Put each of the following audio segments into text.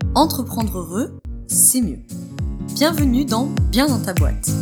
Entreprendre heureux, c'est mieux. Bienvenue dans Bien dans ta boîte.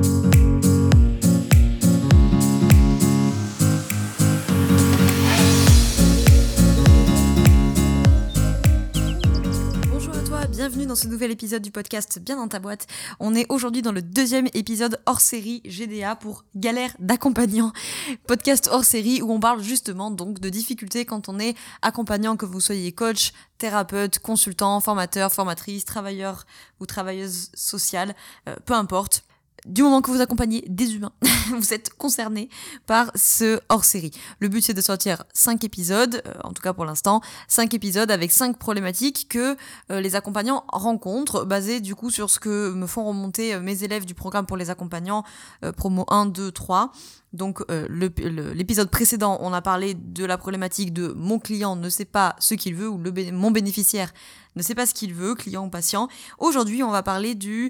Bienvenue dans ce nouvel épisode du podcast Bien dans ta boîte. On est aujourd'hui dans le deuxième épisode hors série GDA pour Galère d'accompagnant. Podcast hors série où on parle justement donc de difficultés quand on est accompagnant, que vous soyez coach, thérapeute, consultant, formateur, formatrice, travailleur ou travailleuse sociale, peu importe. Du moment que vous accompagnez des humains, vous êtes concerné par ce hors-série. Le but, c'est de sortir 5 épisodes, en tout cas pour l'instant, 5 épisodes avec 5 problématiques que les accompagnants rencontrent, basées du coup sur ce que me font remonter mes élèves du programme pour les accompagnants, promo 1, 2, 3. Donc l'épisode précédent, on a parlé de la problématique de mon client ne sait pas ce qu'il veut ou mon bénéficiaire ne sait pas ce qu'il veut, client ou patient. Aujourd'hui, on va parler de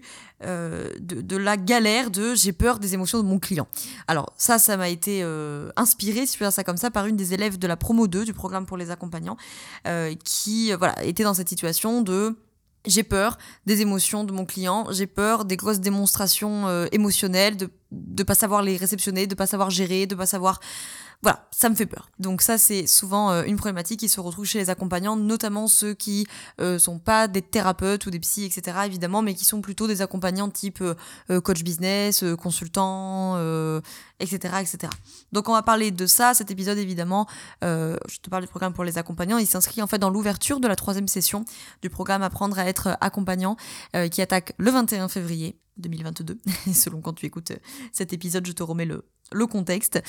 la galère de j'ai peur des émotions de mon client. Alors ça m'a été inspiré, si je peux dire ça comme ça, par une des élèves de la promo 2 du programme pour les accompagnants qui était dans cette situation de j'ai peur des émotions de mon client, j'ai peur des grosses démonstrations émotionnelles, de pas savoir les réceptionner, de pas savoir gérer, de pas savoir... Voilà, ça me fait peur. Donc ça, c'est souvent une problématique qui se retrouve chez les accompagnants, notamment ceux qui sont pas des thérapeutes ou des psys, etc. évidemment, mais qui sont plutôt des accompagnants type coach business, consultant, etc., etc. Donc on va parler de ça. Cet épisode, évidemment, je te parle du programme pour les accompagnants. Il s'inscrit en fait dans l'ouverture de la 3e session du programme Apprendre à être accompagnant qui attaque le 21 février 2022. Selon quand tu écoutes cet épisode, je te remets le contexte.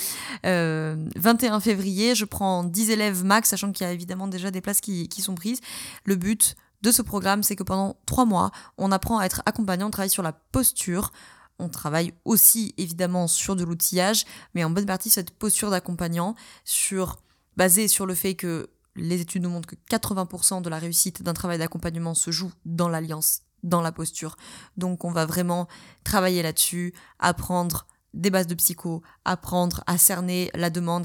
21 février, je prends 10 élèves max, sachant qu'il y a évidemment déjà des places qui sont prises. Le but de ce programme, c'est que pendant 3 mois, on apprend à être accompagnant, on travaille sur la posture. On travaille aussi évidemment sur de l'outillage, mais en bonne partie cette posture d'accompagnant basée sur le fait que les études nous montrent que 80% de la réussite d'un travail d'accompagnement se joue dans l'alliance, dans la posture. Donc on va vraiment travailler là-dessus, apprendre des bases de psycho, apprendre à cerner la demande,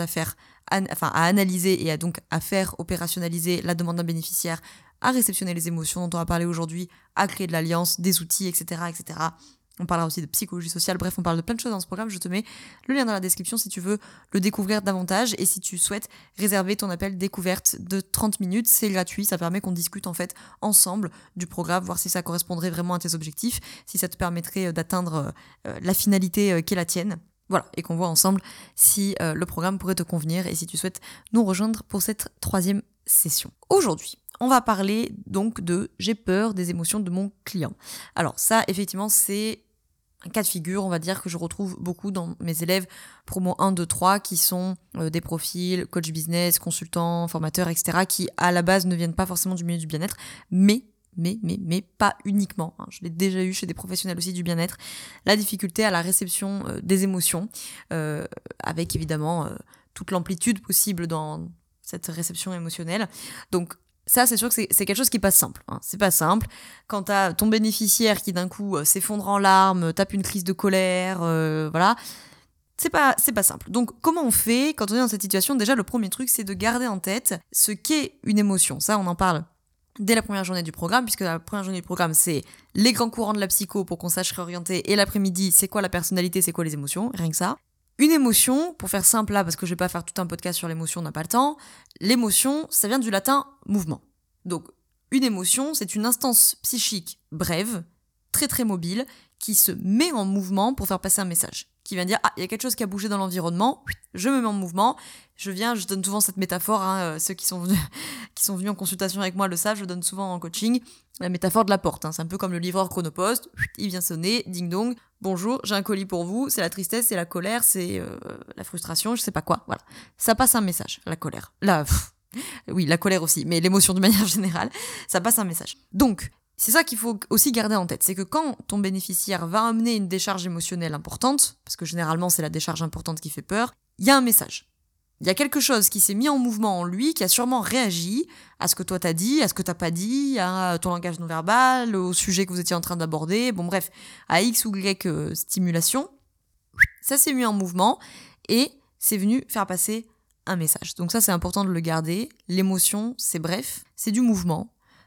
à analyser et donc à faire opérationnaliser la demande d'un bénéficiaire, à réceptionner les émotions dont on va parler aujourd'hui, à créer de l'alliance, des outils, etc., etc. On parlera aussi de psychologie sociale, bref, on parle de plein de choses dans ce programme. Je te mets le lien dans la description si tu veux le découvrir davantage et si tu souhaites réserver ton appel découverte de 30 minutes, c'est gratuit, ça permet qu'on discute en fait ensemble du programme, voir si ça correspondrait vraiment à tes objectifs, si ça te permettrait d'atteindre la finalité qui est la tienne. Voilà, et qu'on voit ensemble si le programme pourrait te convenir et si tu souhaites nous rejoindre pour cette 3e session. Aujourd'hui, on va parler donc de j'ai peur des émotions de mon client. Alors ça, effectivement, c'est un cas de figure, on va dire, que je retrouve beaucoup dans mes élèves promo 1, 2, 3, qui sont des profils coach business, consultants, formateurs, etc., qui à la base ne viennent pas forcément du milieu du bien-être, mais pas uniquement. Je l'ai déjà eu chez des professionnels aussi du bien-être. La difficulté à la réception des émotions, avec évidemment toute l'amplitude possible dans cette réception émotionnelle. Donc ça, c'est sûr que c'est quelque chose qui est pas simple. C'est pas simple. Quand t'as ton bénéficiaire qui d'un coup s'effondre en larmes, tape une crise de colère, voilà, c'est pas simple. Donc comment on fait quand on est dans cette situation? Déjà, le premier truc, c'est de garder en tête ce qu'est une émotion. Ça, on en parle dès la première journée du programme, puisque la première journée du programme, c'est les grands courants de la psycho pour qu'on sache réorienter, et l'après-midi, c'est quoi la personnalité, c'est quoi les émotions, rien que ça. Une émotion, pour faire simple là, parce que je vais pas faire tout un podcast sur l'émotion, on n'a pas le temps, l'émotion, ça vient du latin mouvement. Donc, une émotion, c'est une instance psychique brève, très très mobile, qui se met en mouvement pour faire passer un message. Qui vient dire, il y a quelque chose qui a bougé dans l'environnement, je me mets en mouvement, je donne souvent cette métaphore, ceux qui sont venus en consultation avec moi le savent, je donne souvent en coaching, la métaphore de la porte. C'est un peu comme le livreur Chronopost, il vient sonner, ding dong, bonjour, j'ai un colis pour vous, c'est la tristesse, c'est la colère, c'est la frustration, je sais pas quoi, voilà. Ça passe un message, la colère. Oui, la colère aussi, mais l'émotion de manière générale, ça passe un message. Donc, c'est ça qu'il faut aussi garder en tête, c'est que quand ton bénéficiaire va amener une décharge émotionnelle importante, parce que généralement c'est la décharge importante qui fait peur, il y a un message. Il y a quelque chose qui s'est mis en mouvement en lui, qui a sûrement réagi à ce que toi t'as dit, à ce que t'as pas dit, à ton langage non verbal, au sujet que vous étiez en train d'aborder, bon bref, à X ou Y stimulation. Ça s'est mis en mouvement et c'est venu faire passer un message. Donc ça, c'est important de le garder. L'émotion, c'est bref, c'est du mouvement.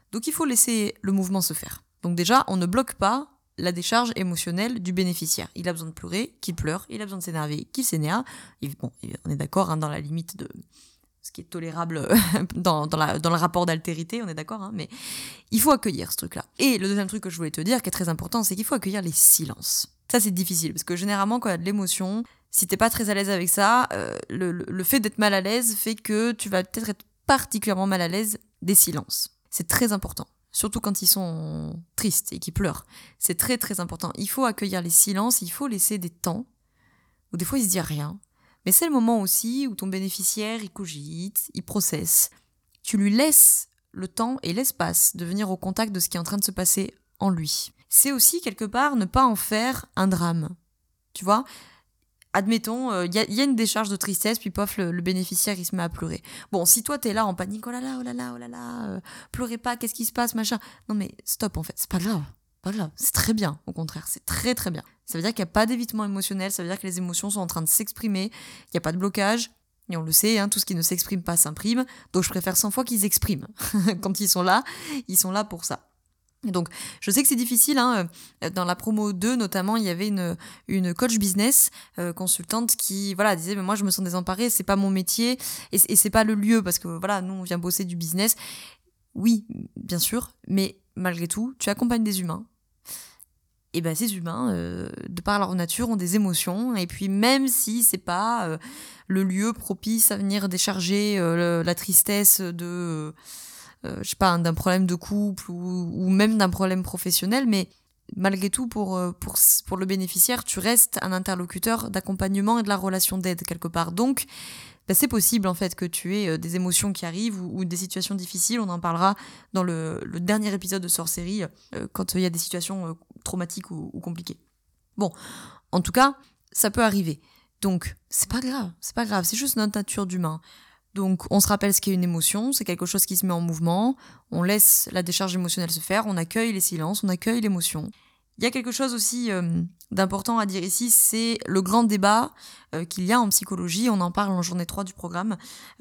Donc il faut laisser le mouvement se faire. Donc déjà, on ne bloque pas la décharge émotionnelle du bénéficiaire. Il a besoin de pleurer, qu'il pleure. Il a besoin de s'énerver, qu'il s'énerve. Et bon, on est d'accord, dans la limite de ce qui est tolérable dans le rapport d'altérité, on est d'accord, mais il faut accueillir ce truc-là. Et le deuxième truc que je voulais te dire, qui est très important, c'est qu'il faut accueillir les silences. Ça, c'est difficile, parce que généralement, quand il y a de l'émotion, si t'es pas très à l'aise avec ça, le fait d'être mal à l'aise fait que tu vas peut-être être particulièrement mal à l'aise des silences. C'est très important. Surtout quand ils sont tristes et qu'ils pleurent. C'est très très important. Il faut accueillir les silences, il faut laisser des temps où des fois il se dit rien. Mais c'est le moment aussi où ton bénéficiaire, il cogite, il processe. Tu lui laisses le temps et l'espace de venir au contact de ce qui est en train de se passer en lui. C'est aussi quelque part ne pas en faire un drame. Tu vois ? Admettons, y a une décharge de tristesse, puis pof, le bénéficiaire, il se met à pleurer. Bon, si toi, t'es là en panique, oh là là, oh là là, oh là là, pleurez pas, qu'est-ce qui se passe, machin. Non mais stop, en fait, c'est pas grave. Pas grave, c'est très bien, au contraire, c'est très très bien. Ça veut dire qu'il n'y a pas d'évitement émotionnel, ça veut dire que les émotions sont en train de s'exprimer, il n'y a pas de blocage, et on le sait, tout ce qui ne s'exprime pas s'imprime, donc je préfère 100 fois qu'ils expriment. Quand ils sont là pour ça. Donc, je sais que c'est difficile, dans la promo 2, notamment, il y avait une coach business consultante qui disait mais moi je me sens désemparée, c'est pas mon métier et c'est pas le lieu parce que nous on vient bosser du business. Oui, bien sûr, mais malgré tout, tu accompagnes des humains. Et ces humains, de par leur nature, ont des émotions et puis même si c'est pas le lieu propice à venir décharger la tristesse de d'un problème de couple ou même d'un problème professionnel, mais malgré tout, pour le bénéficiaire, tu restes un interlocuteur d'accompagnement et de la relation d'aide quelque part. Donc, c'est possible en fait que tu aies des émotions qui arrivent ou des situations difficiles. On en parlera dans le dernier épisode de Sorcellerie quand il y a des situations traumatiques ou compliquées. Bon, en tout cas, ça peut arriver. Donc, c'est pas grave, c'est juste notre nature d'humain. Donc, on se rappelle ce qu'est une émotion, c'est quelque chose qui se met en mouvement, on laisse la décharge émotionnelle se faire, on accueille les silences, on accueille l'émotion. Il y a quelque chose aussi d'important à dire ici, c'est le grand débat qu'il y a en psychologie, on en parle en journée 3 du programme,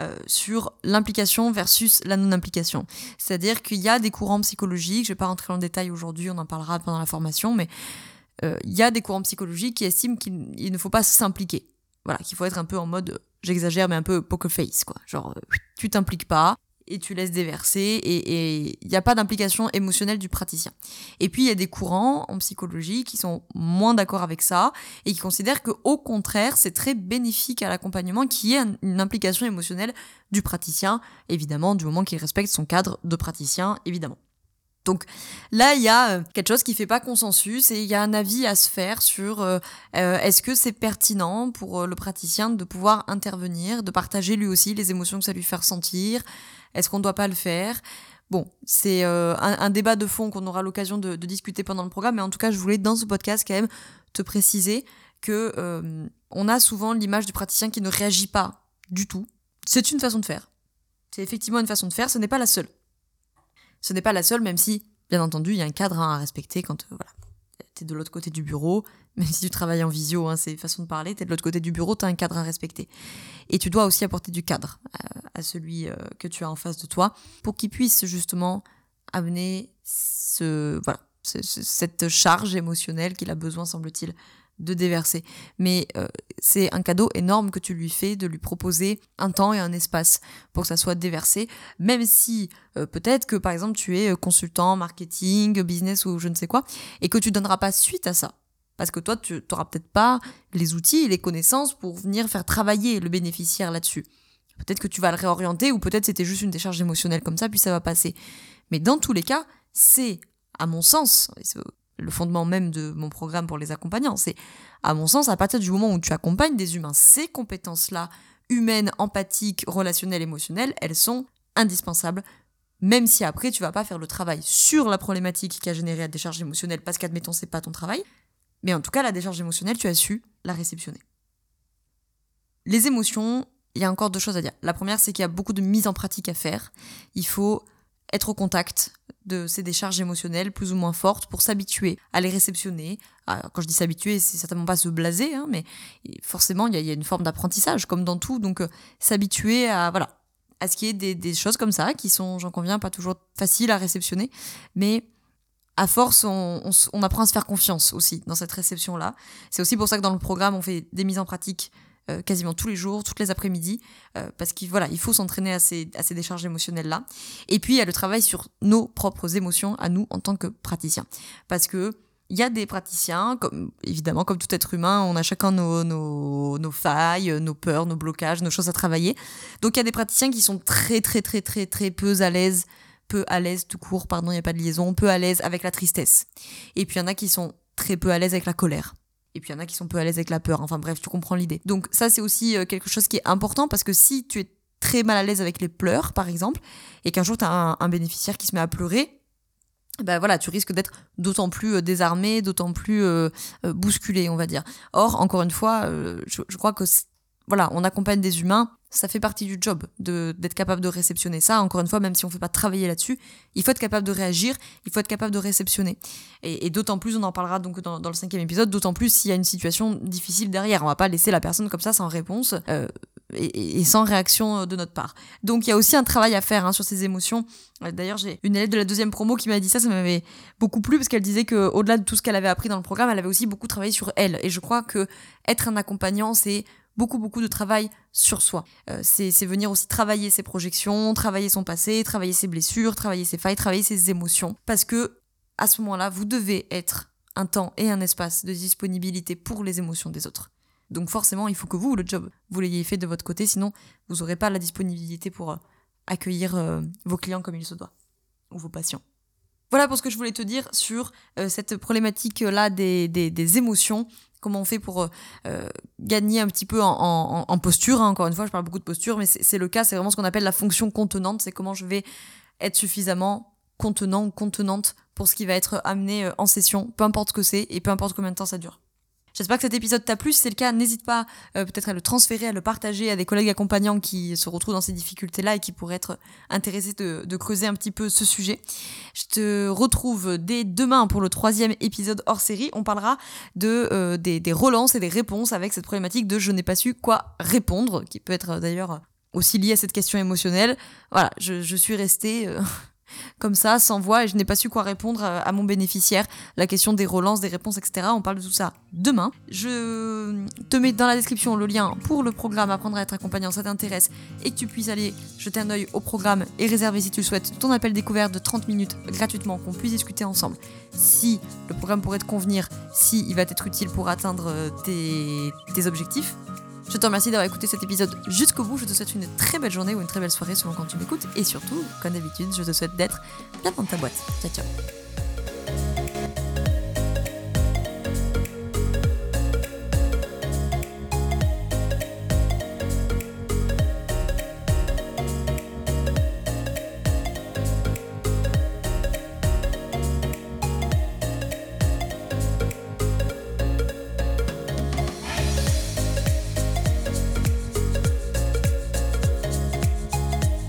sur l'implication versus la non-implication. C'est-à-dire qu'il y a des courants psychologiques, je ne vais pas rentrer dans le détail aujourd'hui, on en parlera pendant la formation, mais il y a des courants psychologiques qui estiment qu'il ne faut pas s'impliquer. Voilà, qu'il faut être un peu en mode, j'exagère, mais un peu poker face, quoi. Genre, tu t'impliques pas et tu laisses déverser et il n'y a pas d'implication émotionnelle du praticien. Et puis, il y a des courants en psychologie qui sont moins d'accord avec ça et qui considèrent qu'au contraire, c'est très bénéfique à l'accompagnement qu'il y ait une implication émotionnelle du praticien, évidemment, du moment qu'il respecte son cadre de praticien, évidemment. Donc là, il y a quelque chose qui fait pas consensus et il y a un avis à se faire sur est-ce que c'est pertinent pour le praticien de pouvoir intervenir, de partager lui aussi les émotions que ça lui fait ressentir, est-ce qu'on ne doit pas le faire ? Bon, c'est un débat de fond qu'on aura l'occasion de discuter pendant le programme, mais en tout cas, je voulais dans ce podcast quand même te préciser que on a souvent l'image du praticien qui ne réagit pas du tout. C'est une façon de faire. C'est effectivement une façon de faire, ce n'est pas la seule. Ce n'est pas la seule, même si, bien entendu, il y a un cadre à respecter quand t'es de l'autre côté du bureau, même si tu travailles en visio, c'est une façon de parler, t'es de l'autre côté du bureau, t'as un cadre à respecter. Et tu dois aussi apporter du cadre à celui que tu as en face de toi pour qu'il puisse justement amener cette charge émotionnelle qu'il a besoin, semble-t-il, de déverser. Mais c'est un cadeau énorme que tu lui fais de lui proposer un temps et un espace pour que ça soit déversé, même si peut-être que par exemple tu es consultant, marketing, business ou je ne sais quoi, et que tu donneras pas suite à ça. Parce que toi, tu n'auras peut-être pas les outils et les connaissances pour venir faire travailler le bénéficiaire là-dessus. Peut-être que tu vas le réorienter ou peut-être c'était juste une décharge émotionnelle comme ça, puis ça va passer. Mais dans tous les cas, c'est, à mon sens, le fondement même de mon programme pour les accompagnants, c'est, à mon sens, à partir du moment où tu accompagnes des humains, ces compétences-là, humaines, empathiques, relationnelles, émotionnelles, elles sont indispensables, même si après, tu vas pas faire le travail sur la problématique qui a généré la décharge émotionnelle, parce qu'admettons, c'est pas ton travail, mais en tout cas, la décharge émotionnelle, tu as su la réceptionner. Les émotions, il y a encore deux choses à dire. La première, c'est qu'il y a beaucoup de mise en pratique à faire. Il faut être au contact de ces décharges émotionnelles plus ou moins fortes pour s'habituer à les réceptionner. Alors, quand je dis s'habituer, c'est certainement pas se blaser, mais forcément, il y a une forme d'apprentissage, comme dans tout. Donc, s'habituer à à ce qu'il y ait des choses comme ça qui sont, j'en conviens, pas toujours faciles à réceptionner, mais à force, on apprend à se faire confiance aussi dans cette réception-là. C'est aussi pour ça que dans le programme, on fait des mises en pratique quasiment tous les jours, toutes les après-midi, parce qu'il faut s'entraîner à ces décharges émotionnelles-là. Et puis, il y a le travail sur nos propres émotions à nous en tant que praticiens. Parce que il y a des praticiens, évidemment, comme tout être humain, on a chacun nos failles, nos peurs, nos blocages, nos choses à travailler. Donc, il y a des praticiens qui sont très, très, très, très, très peu à l'aise tout court, pardon, il n'y a pas de liaison, peu à l'aise avec la tristesse. Et puis, il y en a qui sont très peu à l'aise avec la colère. Et puis, il y en a qui sont peu à l'aise avec la peur. Enfin, bref, tu comprends l'idée. Donc, ça, c'est aussi quelque chose qui est important parce que si tu es très mal à l'aise avec les pleurs, par exemple, et qu'un jour, tu as un bénéficiaire qui se met à pleurer, tu risques d'être d'autant plus désarmé, d'autant plus bousculé, on va dire. Or, encore une fois, je crois que on accompagne des humains, ça fait partie du job d'être capable de réceptionner ça. Encore une fois, même si on ne fait pas travailler là-dessus, il faut être capable de réagir, il faut être capable de réceptionner. Et d'autant plus, on en parlera donc dans le 5e épisode, d'autant plus s'il y a une situation difficile derrière. On va pas laisser la personne comme ça sans réponse et sans réaction de notre part. Donc il y a aussi un travail à faire sur ces émotions. D'ailleurs, j'ai une élève de la 2e promo qui m'a dit ça m'avait beaucoup plu parce qu'elle disait qu'au-delà de tout ce qu'elle avait appris dans le programme, elle avait aussi beaucoup travaillé sur elle. Et je crois que être un accompagnant, c'est beaucoup de travail sur soi. C'est venir aussi travailler ses projections, travailler son passé, travailler ses blessures, travailler ses failles, travailler ses émotions. Parce que à ce moment-là, vous devez être un temps et un espace de disponibilité pour les émotions des autres. Donc forcément, il faut que vous, le job, vous l'ayez fait de votre côté, sinon vous n'aurez pas la disponibilité pour accueillir vos clients comme il se doit, ou vos patients. Voilà pour ce que je voulais te dire sur cette problématique-là des émotions. Comment on fait pour gagner un petit peu en posture. Encore une fois, je parle beaucoup de posture, mais c'est le cas, c'est vraiment ce qu'on appelle la fonction contenante. C'est comment je vais être suffisamment contenant ou contenante pour ce qui va être amené en session, peu importe ce que c'est et peu importe combien de temps ça dure. J'espère que cet épisode t'a plu. Si c'est le cas, n'hésite pas peut-être à le transférer, à le partager à des collègues accompagnants qui se retrouvent dans ces difficultés-là et qui pourraient être intéressés de creuser un petit peu ce sujet. Je te retrouve dès demain pour le 3e épisode hors série. On parlera des relances et des réponses avec cette problématique de « je n'ai pas su quoi répondre », qui peut être d'ailleurs aussi liée à cette question émotionnelle. Voilà, je suis restée... comme ça, sans voix, et je n'ai pas su quoi répondre à mon bénéficiaire. La question des relances, des réponses, etc. On parle de tout ça demain. Je te mets dans la description le lien pour le programme Apprendre à être accompagnant, ça t'intéresse, et que tu puisses aller jeter un œil au programme et réserver, si tu le souhaites, ton appel découverte de 30 minutes gratuitement, qu'on puisse discuter ensemble. Si le programme pourrait te convenir, si il va t'être utile pour atteindre tes objectifs. Je te remercie d'avoir écouté cet épisode jusqu'au bout. Je te souhaite une très belle journée ou une très belle soirée selon quand tu m'écoutes. Et surtout, comme d'habitude, je te souhaite d'être bien dans ta boîte. Ciao, ciao.